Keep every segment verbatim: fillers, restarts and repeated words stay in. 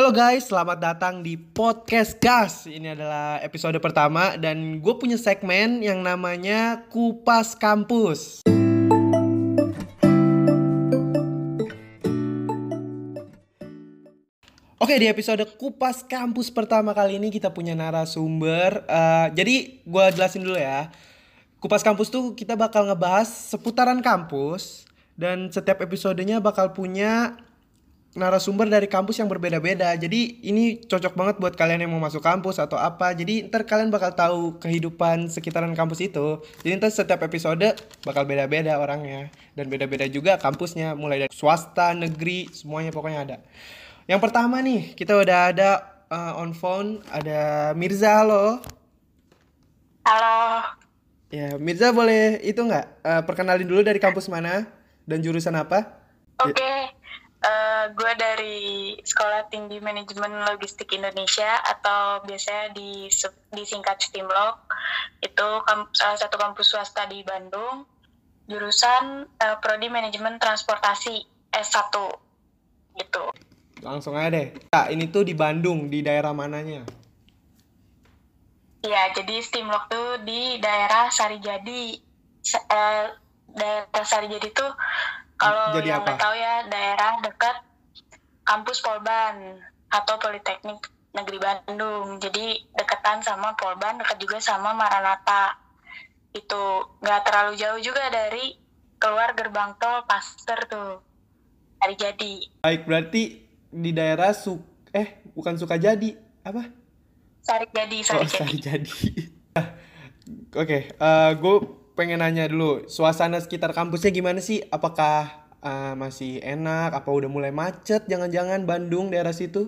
Halo guys, selamat datang di Podcast Gas. Ini adalah episode pertama dan gue punya segmen yang namanya Kupas Kampus. Oke, di episode Kupas Kampus pertama kali ini kita punya narasumber. Uh, jadi gue jelasin dulu ya. Kupas Kampus tuh kita bakal ngebahas seputaran kampus dan setiap episodenya bakal punya narasumber dari kampus yang berbeda-beda. Jadi ini cocok banget buat kalian yang mau masuk kampus atau apa. Jadi ntar kalian bakal tahu kehidupan sekitaran kampus itu. Jadi ntar setiap episode bakal beda-beda orangnya. Dan beda-beda juga kampusnya. Mulai dari swasta, negeri, semuanya pokoknya ada. Yang pertama nih, kita udah ada uh, on phone. Ada Mirza, halo. Halo. Ya, Mirza boleh itu nggak? Uh, perkenalin dulu dari kampus mana dan jurusan apa? Oke. Okay. Uh, gue dari Sekolah Tinggi Manajemen Logistik Indonesia atau biasanya di, disingkat Stimlog. Itu kamp, salah satu kampus swasta di Bandung. Jurusan uh, Prodi Manajemen Transportasi S satu gitu. Langsung aja deh. Nah, ini tuh di Bandung, di daerah mananya? Iya, jadi Stimlog tuh di daerah Sarijadi. Uh, daerah Sarijadi tuh kalau yang nggak tahu ya, daerah dekat kampus Polban atau Politeknik Negeri Bandung. Jadi deketan sama Polban, dekat juga sama Maranatha. Itu nggak terlalu jauh juga dari keluar gerbang tol Paster tuh, Sarijadi. Baik, berarti di daerah Suk eh bukan Sukajadi, apa? Sarijadi, Sarijadi. Oh, Sarijadi. Oke, okay, uh, gue pengen nanya dulu, suasana sekitar kampusnya gimana sih? Apakah uh, masih enak? Apa udah mulai macet? Jangan-jangan Bandung daerah situ?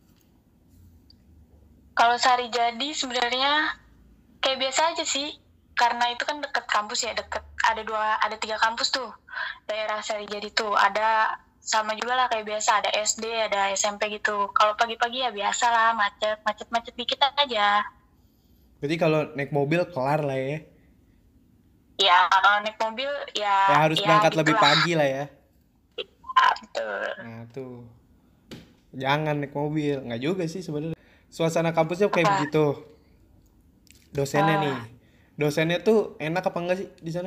Kalau Sarijadi sebenarnya kayak biasa aja sih, karena itu kan deket kampus ya, deket ada dua, ada tiga kampus tuh daerah Sarijadi tuh. Ada sama juga lah kayak biasa, ada S D, ada S M P gitu. Kalau pagi-pagi ya biasa lah, macet, macet-macet dikit aja. Berarti kalau naik mobil kelar lah ya? Ya, kalau naik mobil ya... Ya harus ya, berangkat gitu lebih lah. pagi lah ya. Ya, betul. Nah tuh, jangan naik mobil. Nggak juga sih sebenarnya. Suasana kampusnya kayak apa? Begitu. Dosennya uh, nih, dosennya tuh enak apa enggak sih di sana?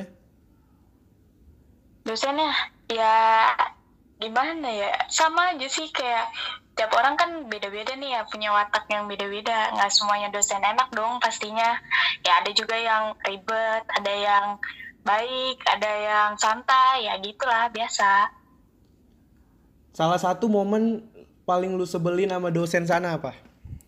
Dosennya ya gimana ya, sama aja sih, kayak tiap orang kan beda-beda nih ya, punya watak yang beda-beda. Nggak semuanya dosen enak dong pastinya. Ya ada juga yang ribet, ada yang baik, ada yang santai, ya gitulah biasa. Salah satu momen paling lu sebelin sama dosen sana apa?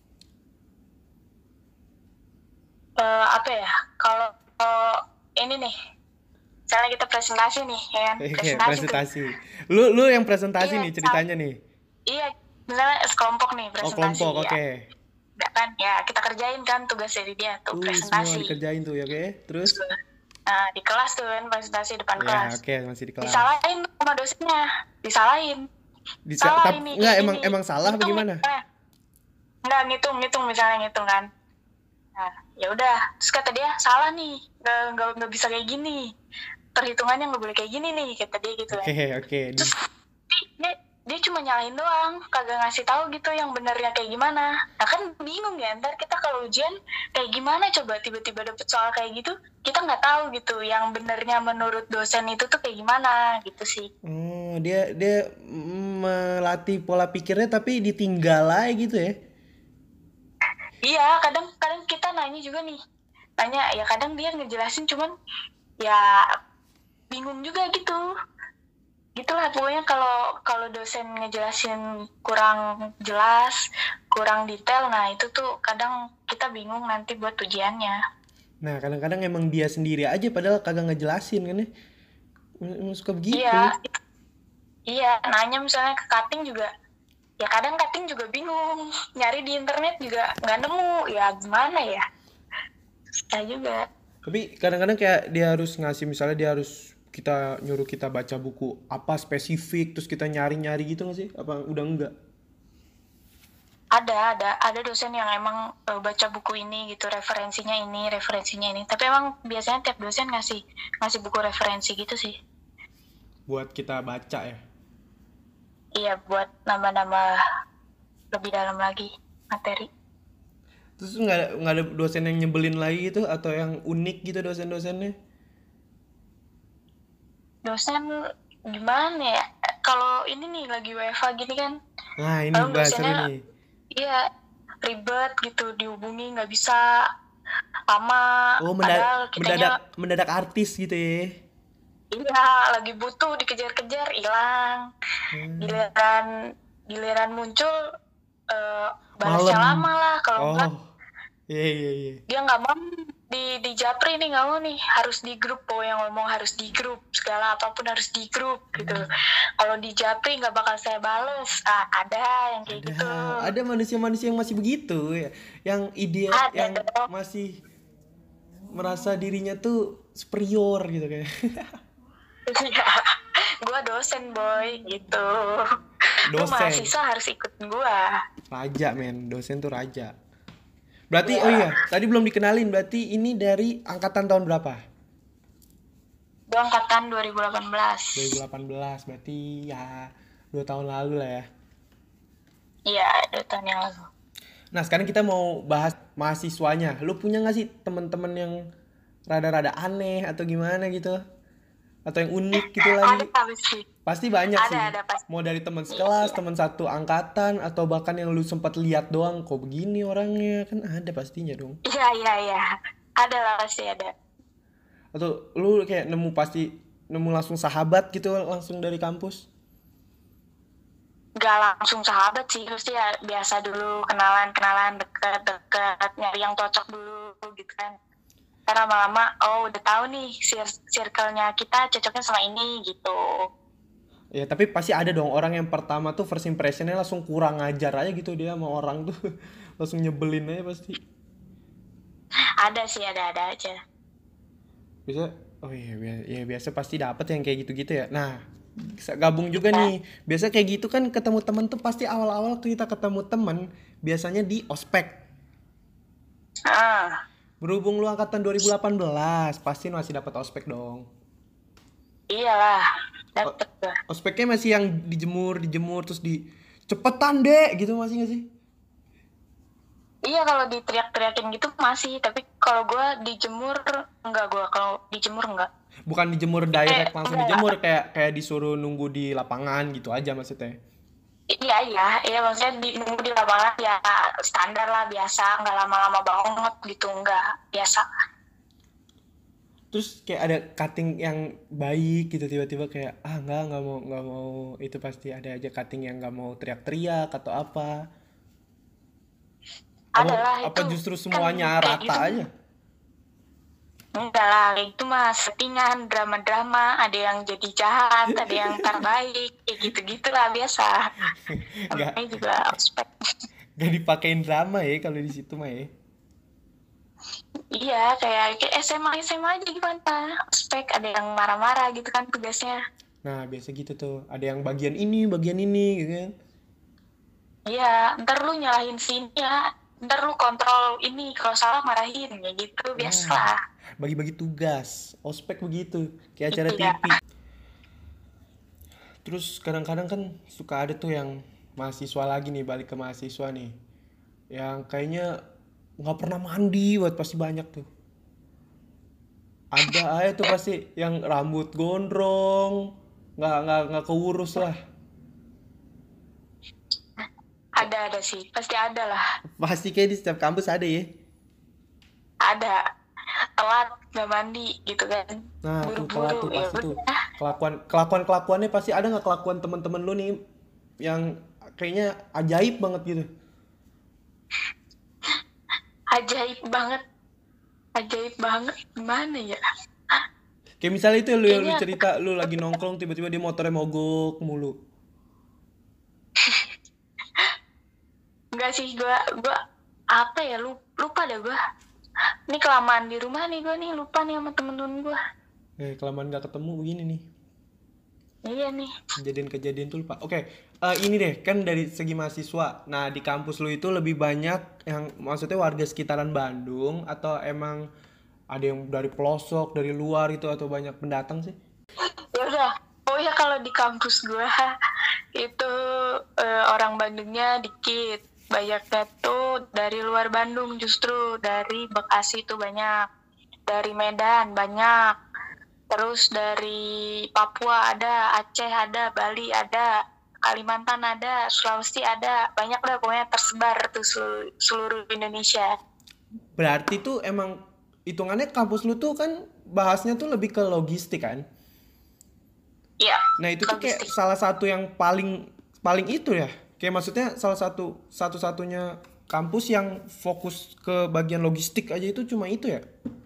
Uh, apa ya, kalau uh, ini nih, misalnya kita presentasi nih, ya kan? Presentasi. presentasi. Lu lu yang presentasi iya, nih ceritanya nih. Iya, misalnya sekelompok nih presentasi. Oh, kelompok, ya. Oke. Okay. Ya kan, ya kita kerjain kan tugas dari dia tuh, uh, presentasi. Semua dikerjain tuh ya, oke. Okay. Terus? Nah, di kelas tuh kan, presentasi depan ya, kelas. Oke, okay, masih di kelas. Disalahin sama dosennya, disalahin. Disa- salah tap- ini. Enggak, ini, emang ini. emang salah ngitung, bagaimana? Enggak, ngitung, ngitung misalnya ngitung kan. Nah, ya udah, terus kata dia salah nih, nggak nggak nggak bisa kayak gini, perhitungannya nggak boleh kayak gini nih, kata dia gitu kan. Oke okay, oke. Okay. Terus dia dia cuma nyalahin doang, kagak ngasih tahu gitu yang benernya kayak gimana. Nah kan bingung ya, ntar kita kalau ujian kayak gimana coba tiba-tiba dapet soal kayak gitu, kita nggak tahu gitu yang benernya menurut dosen itu tuh kayak gimana gitu sih. Oh, dia dia melatih pola pikirnya tapi ditinggal aja gitu ya. Iya, kadang-kadang kita nanya juga nih, nanya ya kadang dia ngejelasin cuman ya bingung juga gitu, gitulah pokoknya. Kalau kalau dosen ngejelasin kurang jelas, kurang detail, nah itu tuh kadang kita bingung nanti buat ujiannya. Nah kadang-kadang emang dia sendiri aja padahal kagak ngejelasin kan ya, suka begitu. Iya, iya nanya misalnya ke cutting juga. Ya kadang cutting juga bingung, nyari di internet juga nggak nemu, ya gimana ya, susah juga. Tapi kadang-kadang kayak dia harus ngasih, misalnya dia harus kita nyuruh kita baca buku apa spesifik, terus kita nyari-nyari gitu nggak sih? Apa udah enggak? Ada, ada, ada dosen yang emang uh, baca buku ini gitu, referensinya ini, referensinya ini. Tapi emang biasanya tiap dosen ngasih ngasih buku referensi gitu sih. Buat kita baca ya? Iya, buat nama-nama lebih dalam lagi materi. Terus nggak ada nggak ada dosen yang nyebelin lagi gitu atau yang unik gitu dosen-dosennya? Dosen gimana ya? Kalau ini nih lagi W F H gini kan, Nah ini kalau bahas seru dosennya nih. iya ribet gitu, dihubungi nggak bisa, lama, Oh mendadak padahal mendadak kitanya mendadak artis gitu ya. iya lagi butuh dikejar-kejar hilang, Hmm. giliran giliran muncul eh, balasnya Malam. lama lah, kalau enggak Oh iya iya iya. dia nggak mau di di Japri nih, nggak mau nih, harus di grup. Oh yang ngomong harus di grup, segala apapun harus di grup gitu. Kalau di Japri nggak bakal saya bales. Ah, ada yang kayak Ada gitu. ada manusia-manusia yang masih begitu ya, yang ide Ada yang dong. masih merasa dirinya tuh superior gitu kayak. Iya, gue dosen boy gitu. Lu Dosen mahasiswa harus ikut gue. raja men, dosen tuh raja. Berarti oh Ya, iya, tadi belum dikenalin, berarti ini dari angkatan tahun berapa? gue angkatan dua ribu delapan belas. dua ribu delapan belas, berarti ya dua tahun lalu lah ya. Iya, dua tahun yang lalu. Nah sekarang kita mau bahas mahasiswanya. Lu punya gak sih teman-teman yang rada-rada aneh atau gimana gitu? Atau yang unik gitu Ada lagi? apa sih? Pasti banyak Ada, sih. ada pasti. Mau dari teman Iya, sekelas, iya. teman satu angkatan, atau bahkan yang lu sempat lihat doang, kok begini orangnya, kan ada pastinya dong. Iya, iya, iya. Ada lah pasti ada. Atau lu kayak nemu pasti nemu langsung sahabat gitu langsung dari kampus. Gak langsung sahabat sih, pasti ya biasa dulu, kenalan-kenalan, deket-deket, nyari yang cocok dulu gitu kan. Karena lama-lama, oh udah tahu nih cir- circle-nya kita cocoknya sama ini gitu. Ya tapi pasti ada dong orang yang pertama tuh first impressionnya langsung kurang ajar aja gitu dia sama orang tuh. Langsung nyebelin aja pasti. Ada sih, ada-ada aja. Bisa, oh iya, bia- ya biasa pasti dapet yang kayak gitu-gitu ya. Nah, bisa gabung juga Ya. nih. Biasa kayak gitu kan ketemu temen tuh pasti awal-awal tuh kita ketemu temen biasanya di ospek. Ah, Berhubung lu angkatan dua ribu delapan belas, pasti masih dapat ospek dong. iyalah, O- dapet gua. Ospeknya masih yang dijemur, dijemur terus di cepetan deh gitu masih gak sih? Iya kalau diteriak-teriakin gitu masih, tapi kalau gue dijemur enggak, gue kalau dijemur enggak. Bukan dijemur Eh, direct langsung enggak. dijemur kayak kayak disuruh nunggu di lapangan gitu aja maksudnya. Iya, iya, iya maksudnya di, nunggu di lapangan ya standar lah, biasa, nggak lama-lama banget gitu, enggak, biasa. Terus kayak ada cutting yang baik gitu tiba-tiba kayak ah nggak nggak mau nggak mau itu pasti ada aja cutting yang nggak mau teriak-teriak atau apa. Apa Adalah apa itu justru kan semuanya kayak rata gitu. aja? Enggak lah, kayak gitu mah settingan, drama-drama, ada yang jadi jahat, ada yang terbaik, kayak gitu-gitu lah biasa. Nggak Namanya juga ospek. nggak dipakein drama ya kalau di situ mah ya. Iya, kayak, kayak S M A S M A aja gimana, ospek ada yang marah-marah gitu kan tugasnya. Nah biasa gitu tuh ada yang bagian ini bagian ini gitu kan. Iya, ntar lu nyalahin sini ya, ntar lu kontrol ini, kalau salah marahin, ya gitu, biasa Nah lah. bagi-bagi tugas ospek begitu kayak acara Iya, T V. Terus kadang-kadang kan suka ada tuh yang mahasiswa lagi nih balik ke mahasiswa nih yang kayaknya nggak pernah mandi buat pasti banyak tuh. Ada aja tuh pasti yang rambut gondrong, nggak nggak nggak keurus lah. ada-ada sih, pasti ada lah. Pasti kayak di setiap kampus ada ya. Ada, telat, gak mandi gitu kan, Nah tuh telat buru-buru, tuh ya pasti tuh udah. kelakuan kelakuan kelakuannya pasti ada nggak kelakuan teman-teman lu nih yang kayaknya ajaib banget gitu. Ajaib banget, ajaib banget, gimana ya? Kayak misalnya itu lu yang lu Kayaknya, cerita lu lagi nongkrong tiba-tiba dia motornya mogok mulu. enggak sih, gue, gue apa ya, lupa, lupa dah gue. Ini kelamaan di rumah nih gue nih, lupa nih sama temen-temen gue. Eh kelamaan nggak ketemu begini nih. Iya nih. Kejadian-kejadian tuh lupa. Oke, eh, ini deh kan dari segi mahasiswa. Nah di kampus lu itu lebih banyak yang maksudnya warga sekitaran Bandung atau emang ada yang dari pelosok, dari luar itu atau banyak pendatang sih? Ya udah, oh ya kalau di kampus gue itu uh, orang Bandungnya dikit, banyaknya tuh dari luar Bandung, justru dari Bekasi tuh banyak, dari Medan banyak, terus dari Papua ada, Aceh ada, Bali ada, Kalimantan ada, Sulawesi ada, banyak lah pokoknya tersebar tuh seluruh, seluruh Indonesia. Berarti tuh emang hitungannya kampus lu tuh kan bahasnya tuh lebih ke logistik kan? Iya. Nah itu tuh kayak salah satu yang paling paling itu ya. Kayak maksudnya salah satu satu-satunya kampus yang fokus ke bagian logistik aja itu cuma itu ya?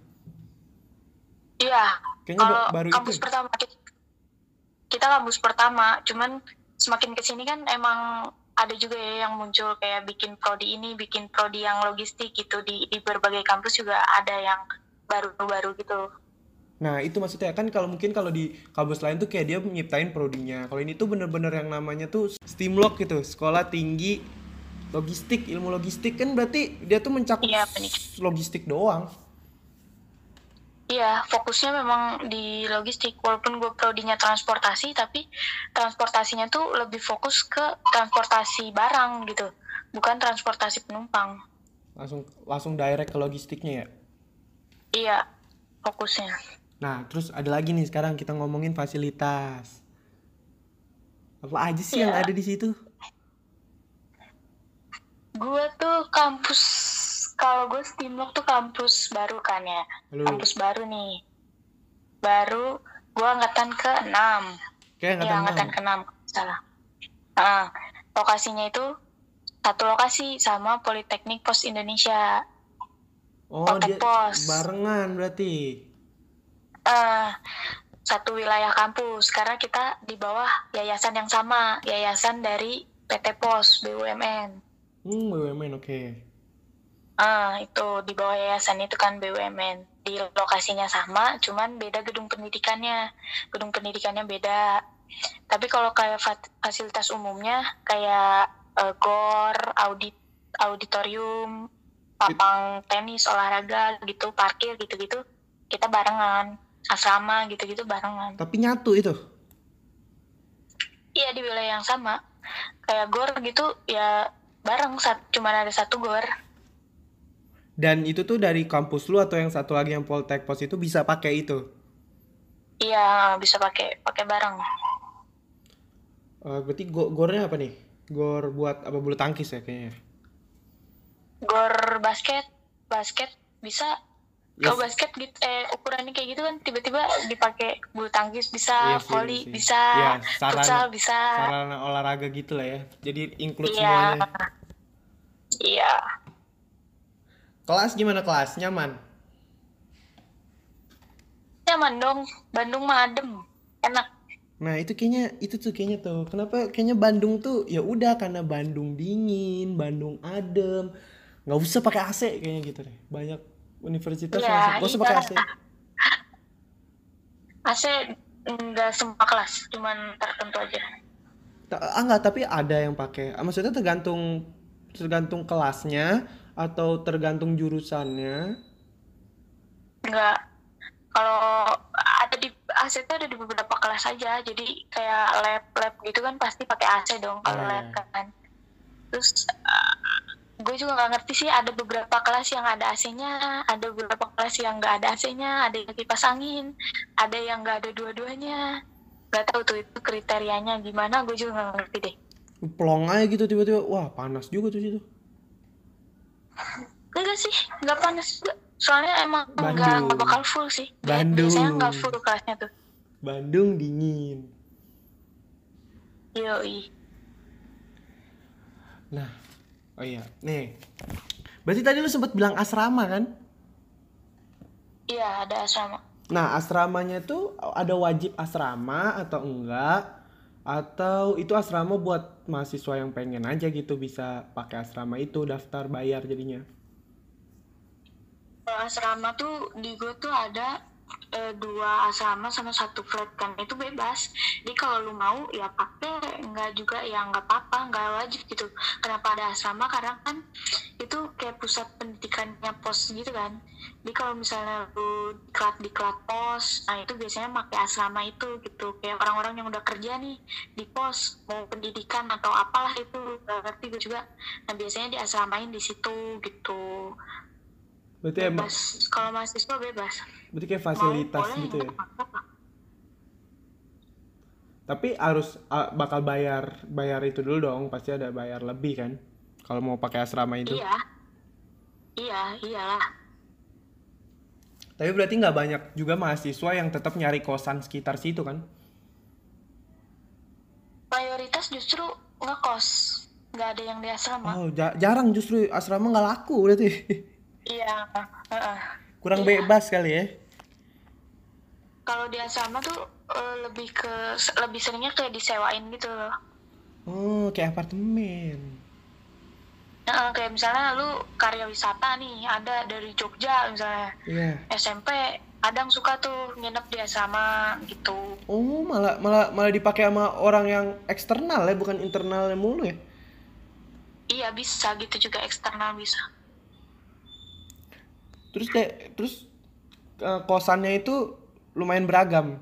Iya. Kayaknya Kalau baru kampus itu. pertama kita, kita kampus pertama, cuman semakin kesini kan emang ada juga ya yang muncul kayak bikin prodi ini, bikin prodi yang logistik gitu di di berbagai kampus juga ada yang baru-baru gitu. Nah itu maksudnya kan kalau mungkin kalau di kampus lain tuh kayak dia nyiptain prodinya. Kalau ini tuh bener-bener yang namanya tuh STIMLOG gitu, sekolah tinggi logistik, ilmu logistik kan berarti dia tuh mencakup Iya, logistik doang. Iya, fokusnya memang di logistik. Walaupun gue prodinya transportasi, tapi transportasinya tuh lebih fokus ke transportasi barang gitu, bukan transportasi penumpang. Langsung langsung direct ke logistiknya ya. Iya, fokusnya. Nah, terus ada lagi nih sekarang kita ngomongin fasilitas. Apa aja sih Iya. yang ada di situ? Gue tuh kampus, kalau gue STIMLOG tuh kampus baru kan ya. Halo. Kampus baru nih. Baru gue angkatan ke enam. Kayak Ya, angkatan angkatan enam. ke enam, salah. Nah, lokasinya itu satu lokasi sama Politeknik Pos Indonesia. Oh, Poltek dia Pos. barengan berarti. Uh, satu wilayah kampus karena kita di bawah yayasan yang sama, yayasan dari P T Pos B U M N. Hmm, B U M N oke. Okay. Ah, itu di bawah yayasan itu kan B U M N. Di lokasinya sama, cuman beda gedung pendidikannya. Gedung pendidikannya beda. Tapi kalau kayak fasilitas umumnya kayak uh, gor, audit, auditorium, lapang tenis, olahraga gitu, parkir gitu-gitu, kita barengan. Asrama gitu-gitu barengan. Tapi nyatu itu? Iya, di wilayah yang sama. Kayak gor gitu ya bareng, cuma ada satu gor. Dan itu tuh dari kampus lu atau yang satu lagi yang Poltek Pos itu bisa pakai itu? Iya, bisa pakai pakai bareng. Uh, berarti go gornya apa nih? Gor buat apa, bulu tangkis ya kayaknya? Gor basket, basket bisa. Yes. Kalau basket gitu, eh, ukurannya kayak gitu kan tiba-tiba dipakai bulu tangkis bisa, yes, volley yes, yes. bisa, ya, sarana, futsal bisa. Sarana olahraga gitu lah ya. Jadi include iya. semuanya. Iya. Kelas gimana kelas? Nyaman? Nyaman dong. Bandung mah adem, enak. Nah itu kayaknya itu tuh kayaknya tuh kenapa kayaknya Bandung tuh ya udah karena Bandung dingin, Bandung adem, nggak usah pakai A C kayaknya gitu deh. Banyak universitas ya, nggak usah pakai A C. A C nggak semua kelas, cuman tertentu aja. Ah nggak, tapi ada yang pakai. Maksudnya tergantung tergantung kelasnya atau tergantung jurusannya? Nggak. Kalau ada di A C itu ada di beberapa kelas aja, jadi kayak lab lab gitu kan pasti pakai A C dong kalau oh. lab kan. Terus uh, gue juga nggak ngerti sih, ada beberapa kelas yang ada A C-nya, ada beberapa kelas yang nggak ada A C-nya, ada yang kipas angin, ada yang nggak ada dua-duanya. Nggak tahu tuh itu kriterianya gimana, gue juga nggak ngerti deh. Plong aja gitu tiba-tiba, wah panas juga tuh situ. Enggak sih, nggak panas juga. Soalnya emang nggak bakal full sih. Bandung. Biasanya nggak full kelasnya tuh. Bandung dingin. Yoi. Nah, oh iya, nih. Berarti tadi lu sempat bilang asrama kan? Iya, ada asrama. Nah, asramanya tuh ada wajib asrama atau enggak? Atau itu asrama buat mahasiswa yang pengen aja gitu bisa pakai asrama itu, daftar bayar jadinya? Kalau asrama tuh di gue tuh ada eh, dua asrama sama satu flat kan, itu bebas. Jadi kalau lu mau ya pakai, nggak juga ya nggak apa-apa, nggak wajib gitu. Kenapa ada asrama? Karena kan itu kayak pusat pendidikannya pos gitu kan. Jadi kalau misalnya lu diklat diklat pos, nah itu biasanya pakai asrama itu gitu. Kayak orang-orang yang udah kerja nih di pos, mau pendidikan atau apalah itu, nggak ngerti gue juga. Nah biasanya diasramain di situ gitu. Berarti emang Bebas, kalau mahasiswa bebas. berarti kayak Mau fasilitas boleh, gitu ya. nggak apa-apa. Tapi harus ah, bakal bayar bayar itu dulu dong, pasti ada bayar lebih kan kalau mau pakai asrama itu. Iya, iya, iyalah. Tapi berarti nggak banyak juga mahasiswa yang tetap nyari kosan sekitar situ kan? Mayoritas justru ngekos, nggak ada yang di asrama. Oh, ja- jarang justru asrama nggak laku berarti. Iya, heeh. Kurang Iya. bebas kali ya. Kalau di asrama tuh eh, lebih ke lebih seringnya kayak disewain gitu loh. Oh, kayak apartemen. Nah, kayak misalnya lu karya wisata nih, ada dari Jogja misalnya, Iya. S M P, kadang suka tuh nginep di asrama gitu. Oh, malah malah malah dipakai sama orang yang eksternal ya, bukan internalnya mulu ya. Iya bisa gitu juga, eksternal bisa. Terus kayak terus eh, kosannya itu lumayan beragam.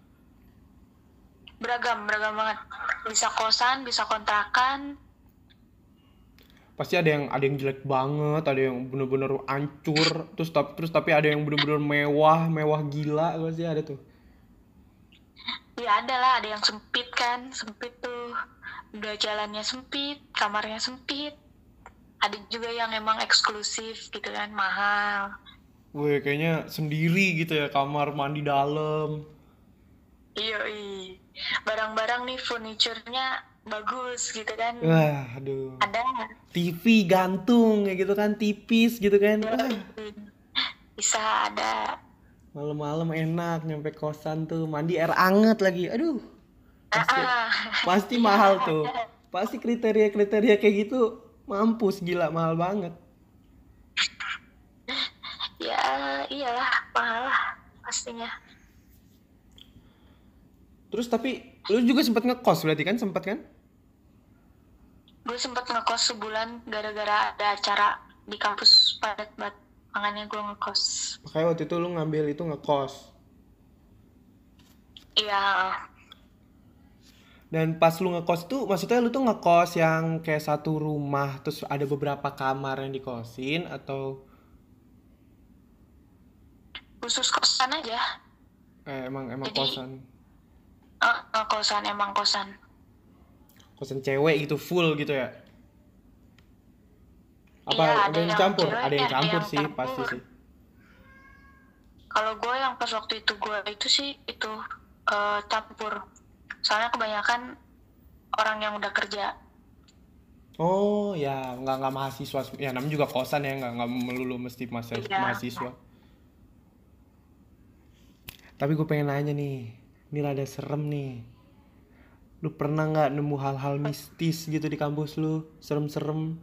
Beragam, beragam banget. Bisa kosan, bisa kontrakan. Pasti ada yang ada yang jelek banget, ada yang bener-bener hancur, terus tapi terus tapi ada yang bener-bener mewah, mewah gila, pasti ada tuh. Ya ada lah, ada yang sempit kan, sempit tuh. Udah jalannya sempit, kamarnya sempit. Ada juga yang emang eksklusif gitu kan, mahal. Wih, kayaknya sendiri gitu ya, kamar mandi dalam. Iya, barang-barang nih furniturnya bagus gitu kan. Wah, aduh. Ada. T V gantung ya gitu kan, tipis gitu kan. Ya, Wah, bisa ada. malam-malam enak nyampe kosan tuh, mandi air anget lagi. Aduh, pasti Ah, pasti iya mahal tuh. ada. Pasti kriteria-kriteria kayak gitu mampus gila, mahal banget. Ya iyalah, mahal lah pastinya. Terus tapi lu juga sempat ngekos berarti kan, sempat kan? Gue sempet ngekos sebulan gara-gara ada acara di kampus padat banget, makanya gue ngekos. Makanya waktu itu lu ngambil itu ngekos. Iya. Dan pas lu ngekos tuh, maksudnya lu tuh ngekos yang kayak satu rumah, terus ada beberapa kamar yang dikosin atau Khusus kosan aja. eh, emang emang Jadi kosan eh, eh, kosan, emang kosan. kosan cewek gitu full gitu ya? Apa Iya, ada ada yang yang campur? cewek, Ada yang ada campur yang sih pasti campur. sih. Kalau gue yang pas waktu itu gue itu sih itu eh, campur. Soalnya kebanyakan orang yang udah kerja. Oh ya, nggak nggak mahasiswa, ya namanya juga kosan ya, nggak nggak melulu mesti masa- Iya. mahasiswa. Tapi gue pengen nanya nih, ini rada serem nih. Lu pernah nggak nemu hal-hal mistis gitu di kampus lu? Serem-serem.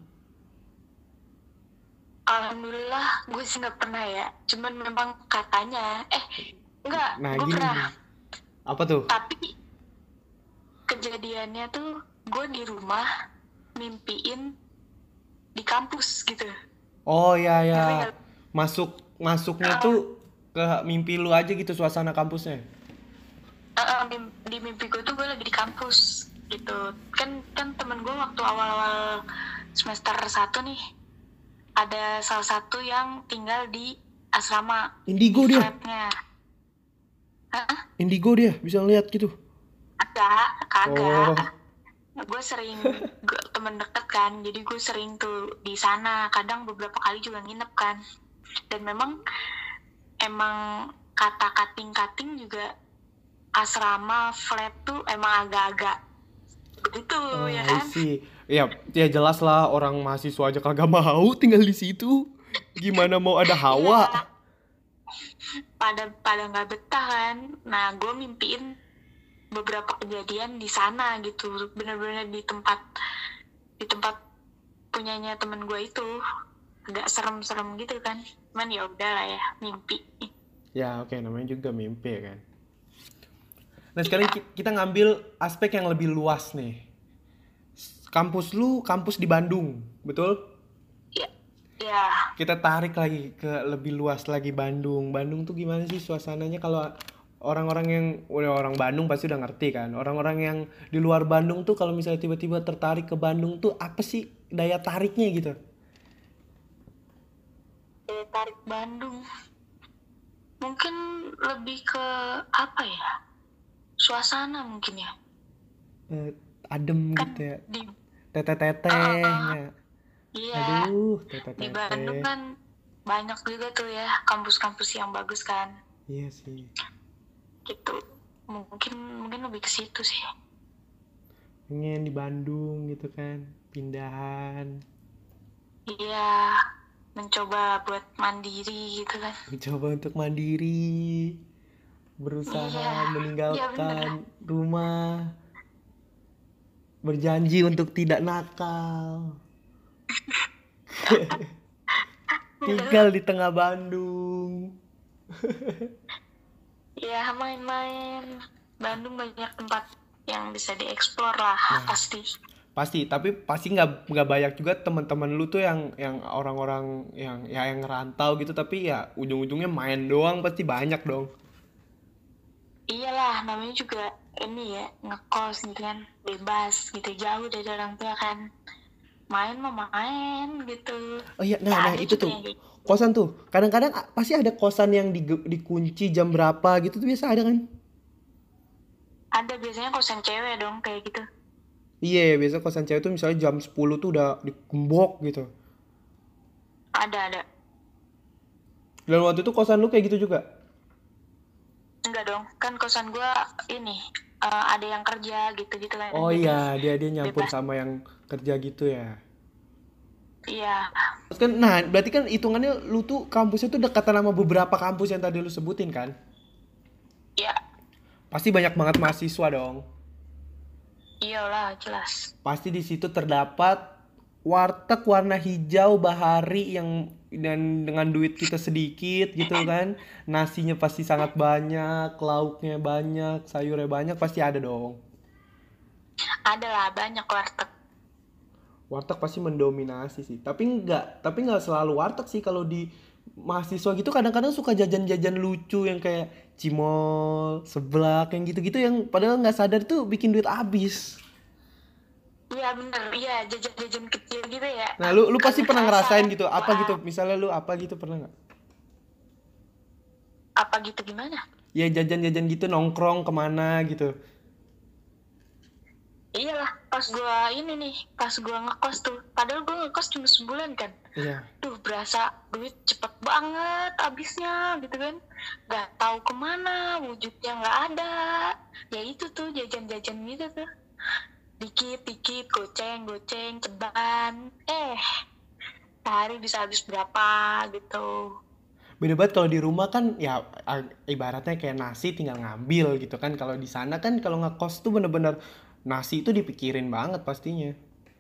Alhamdulillah gue sih nggak pernah ya. Cuman memang katanya, eh enggak, Nah gue gini pernah. nih, apa tuh? Tapi kejadiannya tuh gue di rumah mimpiin di kampus gitu. Oh ya ya, Ngerti nggak? masuk masuknya Ah, tuh ke mimpi lu aja gitu suasana kampusnya. ah, ah, mim- di mimpi gue tuh gue lagi di kampus gitu. Kan kan temen gue waktu awal-awal semester satu nih ada salah satu yang tinggal di asrama, di Indigo dia, flatnya. Hah? indigo dia bisa ngeliat gitu. Kagak, kagak. Oh, Gue sering, gue, temen deket kan, jadi gue sering tuh di sana. Kadang beberapa kali juga nginep kan. Dan memang emang kata kating-kating juga asrama flat tuh emang agak-agak begitu oh ya I kan. see. Ya, ya jelas lah orang mahasiswa aja kagak mau tinggal di situ. Gimana mau ada hawa? Iya, pada pada nggak betah kan. Nah gue mimpiin beberapa kejadian di sana gitu, bener-bener di tempat di tempat punyanya temen gue itu, agak serem-serem gitu kan. Cuman ya udahlah ya, mimpi. Ya oke, okay, namanya juga mimpi kan. Nah sekarang ki- kita ngambil aspek yang lebih luas nih. Kampus lu kampus di Bandung, betul? Iya. Iya. Kita tarik lagi ke lebih luas lagi Bandung. Bandung tuh gimana sih suasananya kalau orang-orang yang udah orang Bandung pasti udah ngerti kan. Orang-orang yang di luar Bandung tuh kalau misalnya tiba-tiba tertarik ke Bandung tuh apa sih daya tariknya gitu? Daya tarik Bandung mungkin lebih ke apa ya? Suasana mungkin ya. Eh, adem Kan gitu ya. di Teteh-tetehnya. iya, Aduh, di Bandung teteh-teteh. kan banyak juga tuh ya kampus-kampus yang bagus kan. Iya sih. Gitu. Mungkin mungkin lebih ke situ sih. Pengen di Bandung gitu kan. Pindahan. Iya, mencoba buat mandiri gitu kan. Mencoba untuk mandiri. Berusaha Iya, iya bener. meninggalkan rumah. Berjanji untuk tidak nakal. Tinggal di tengah Bandung. Iya, main-main. Bandung banyak tempat yang bisa dieksplor lah, Nah, pasti. pasti, tapi pasti nggak nggak banyak juga teman-teman lu tuh yang yang orang-orang yang ya yang ngerantau gitu tapi ya ujung-ujungnya main doang pasti banyak dong. Iyalah, namanya juga ini ya, ngekos gitu kan. Bebas gitu, jauh dari orang tua kan. Main mah main gitu. Oh iya, Ya nah nah ada itu juga tuh yang gitu. kosan tuh. Kadang-kadang a- pasti ada kosan yang di, dikunci jam berapa gitu tuh biasa ada kan? Ada biasanya kosan cewek dong kayak gitu. Iya, biasa kosan cewek tuh misalnya jam sepuluh tuh udah digembok gitu. Ada, ada. Dan waktu itu kosan lu kayak gitu juga? Enggak dong, kan kosan gua ini eh, ada yang kerja gitu-gitu kan. Oh Jadi iya, dia dia nyampur bebas. sama yang kerja gitu ya. Iya, Terus kan, nah berarti kan hitungannya lu tuh kampusnya tuh dekatan sama beberapa kampus yang tadi lu sebutin kan? iya, Pasti banyak banget mahasiswa dong. iyalah jelas. Pasti di situ terdapat warteg warna hijau bahari yang dan dengan duit kita sedikit gitu kan. Nasinya pasti sangat banyak, lauknya banyak, sayurnya banyak, pasti ada dong. Ada lah banyak warteg. Warteg pasti mendominasi sih. Tapi enggak, tapi enggak selalu warteg sih kalau di mahasiswa gitu kadang-kadang suka jajan-jajan lucu yang kayak cimol, seblak yang gitu-gitu yang padahal nggak sadar tuh bikin duit habis. Iya bener, iya jajan-jajan kecil gitu ya. Nah, lu lu pasti Kagak pernah kerasa ngerasain kan. gitu, apa gitu? Wah, Misalnya lu apa gitu pernah nggak? apa gitu gimana? Ya jajan-jajan gitu nongkrong kemana gitu. Iyalah, pas gua ini nih, pas gua ngekos tuh. Padahal gua ngekos cuma sebulan kan. Iya. Duh, berasa duit cepet banget habisnya gitu kan. Gak tahu kemana, wujudnya gak ada. Ya itu tuh jajan-jajan gitu tuh. Dikit-dikit, goceng-goceng, ceban. Eh, sehari bisa habis berapa gitu. Beda banget kalau di rumah kan ya a- ibaratnya kayak nasi tinggal ngambil gitu kan. Kalau di sana kan kalau ngekos tuh bener-bener nasi itu dipikirin banget pastinya.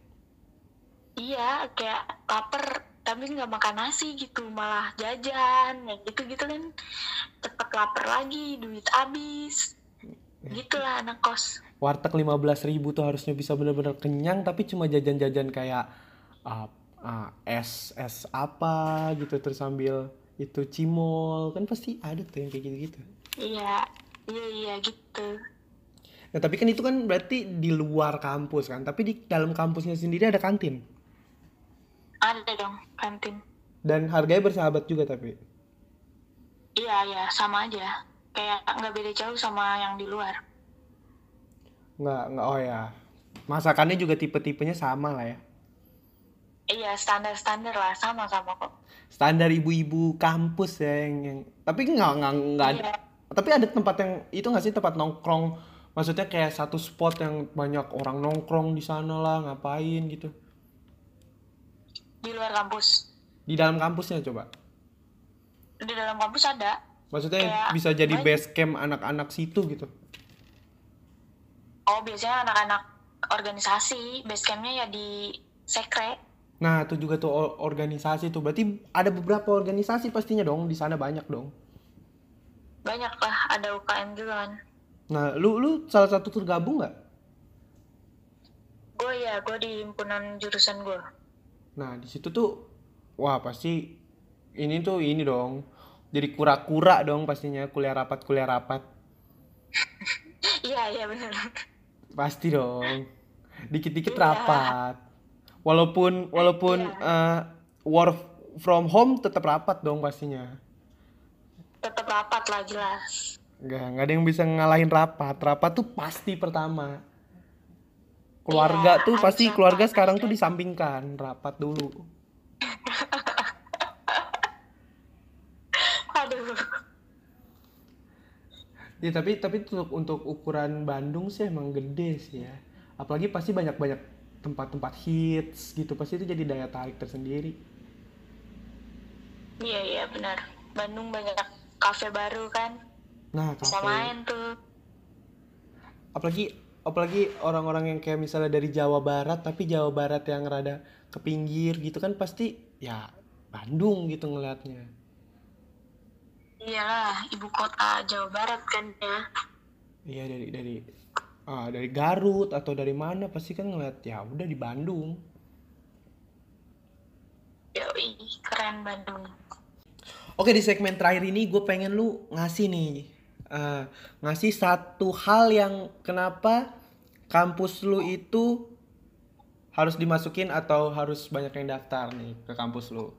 Iya, kayak lapar tapi nggak makan nasi gitu, malah jajan, ya gitu-gitu kan. Cepet lapar lagi, duit habis. Gitulah anak kos. Warteg lima belas ribu tuh harusnya bisa bener-bener kenyang tapi cuma jajan-jajan kayak uh, uh, es es apa gitu terus sambil itu cimol kan pasti ada tuh yang kayak gitu-gitu. Iya, iya, iya gitu. Nah tapi kan itu kan berarti di luar kampus kan tapi di dalam kampusnya sendiri ada kantin Ada dong kantin. dan harganya bersahabat juga tapi Iya, ya sama aja. Kayak nggak beda jauh sama yang di luar. nggak nggak oh ya masakannya juga tipe-tipenya sama lah ya Iya, standar-standar lah, sama-sama kok. standar ibu-ibu kampus ya yang, yang... tapi nggak nggak nggak ada Iya, tapi ada tempat yang itu nggak sih tempat nongkrong maksudnya kayak satu spot yang banyak orang nongkrong di sana lah ngapain gitu di luar kampus. di dalam kampusnya coba Di dalam kampus ada. maksudnya yang Kayak bisa jadi banyak. base camp anak-anak situ gitu Oh, biasanya anak-anak organisasi, base campnya ya di sekre. nah itu juga tuh organisasi tuh berarti ada beberapa organisasi pastinya dong di sana banyak dong banyak lah, ada U K M juga kan. Nah, lu lu salah satu tergabung nggak? Gue ya, gue di himpunan jurusan gue. Nah, di situ tuh, wah pasti ini tuh ini dong. Jadi kura-kura dong pastinya kuliah rapat kuliah rapat. Iya, iya bener. Pasti dong. Dikit-dikit Iya, rapat. Walaupun walaupun iya. eh, work from home tetap rapat dong pastinya. Tetap rapat lah jelas. Nggak, nggak ada yang bisa ngalahin rapat. Rapat tuh pasti pertama. Iya, Keluarga tuh harus pasti keluarga rapat, harus sekarang tuh rapat. disampingkan, rapat dulu. Aduh. Ya tapi tapi untuk untuk ukuran Bandung sih emang gede sih ya. Apalagi pasti banyak-banyak tempat-tempat hits gitu. Pasti itu jadi daya tarik tersendiri. Iya, iya benar. Bandung banyak kafe baru kan. Nah, Bisa kafe. main tuh. Apalagi apalagi orang-orang yang kayak misalnya dari Jawa Barat tapi Jawa Barat yang rada ke pinggir gitu kan pasti ya Bandung gitu ngelihatnya. Iyalah, ibu kota Jawa Barat kan ya. Iya dari dari ah, dari Garut atau dari mana pasti kan ngeliat ya udah di Bandung. Yoi, keren Bandung. Oke, di segmen terakhir ini gue pengen lu ngasih nih eh, ngasih satu hal yang kenapa kampus lu itu harus dimasukin atau harus banyak yang daftar nih ke kampus lu.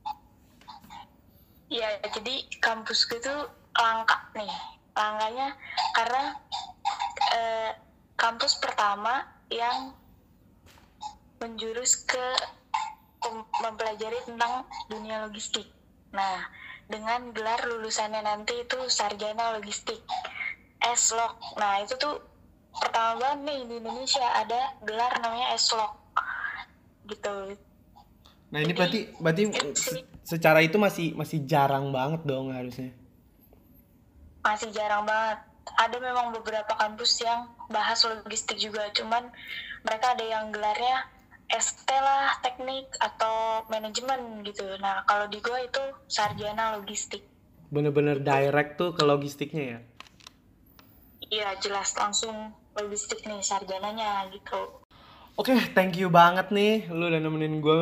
Iya, jadi kampus gue tuh langka nih. Langkanya karena eh, kampus pertama yang menjurus ke mempelajari tentang dunia logistik. Nah, dengan gelar lulusannya nanti itu sarjana logistik, S L O K. Nah, itu tuh pertama banget nih di Indonesia ada gelar namanya S L O K gitu. Nah, ini Jadi berarti berarti itu sih secara itu masih masih jarang banget dong harusnya. masih jarang banget. Ada memang beberapa kampus yang bahas logistik juga, cuman mereka ada yang gelarnya S T lah, teknik atau manajemen gitu. Nah, kalau di gue itu sarjana logistik. Bener-bener direct tuh ke logistiknya ya. Iya, jelas langsung logistik nih sarjananya gitu. Oke, thank you banget nih lu udah nemenin gue.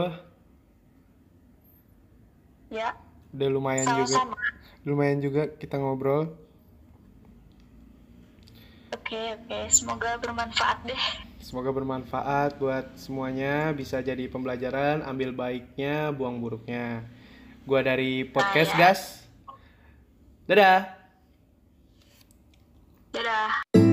Ya, Udah lumayan juga. sama-sama. Lumayan juga kita ngobrol. Oke, oke. Semoga bermanfaat deh. Semoga bermanfaat buat semuanya, bisa jadi pembelajaran, ambil baiknya, buang buruknya. Gua dari Nah, podcast ya. Gas. Dadah. Dadah.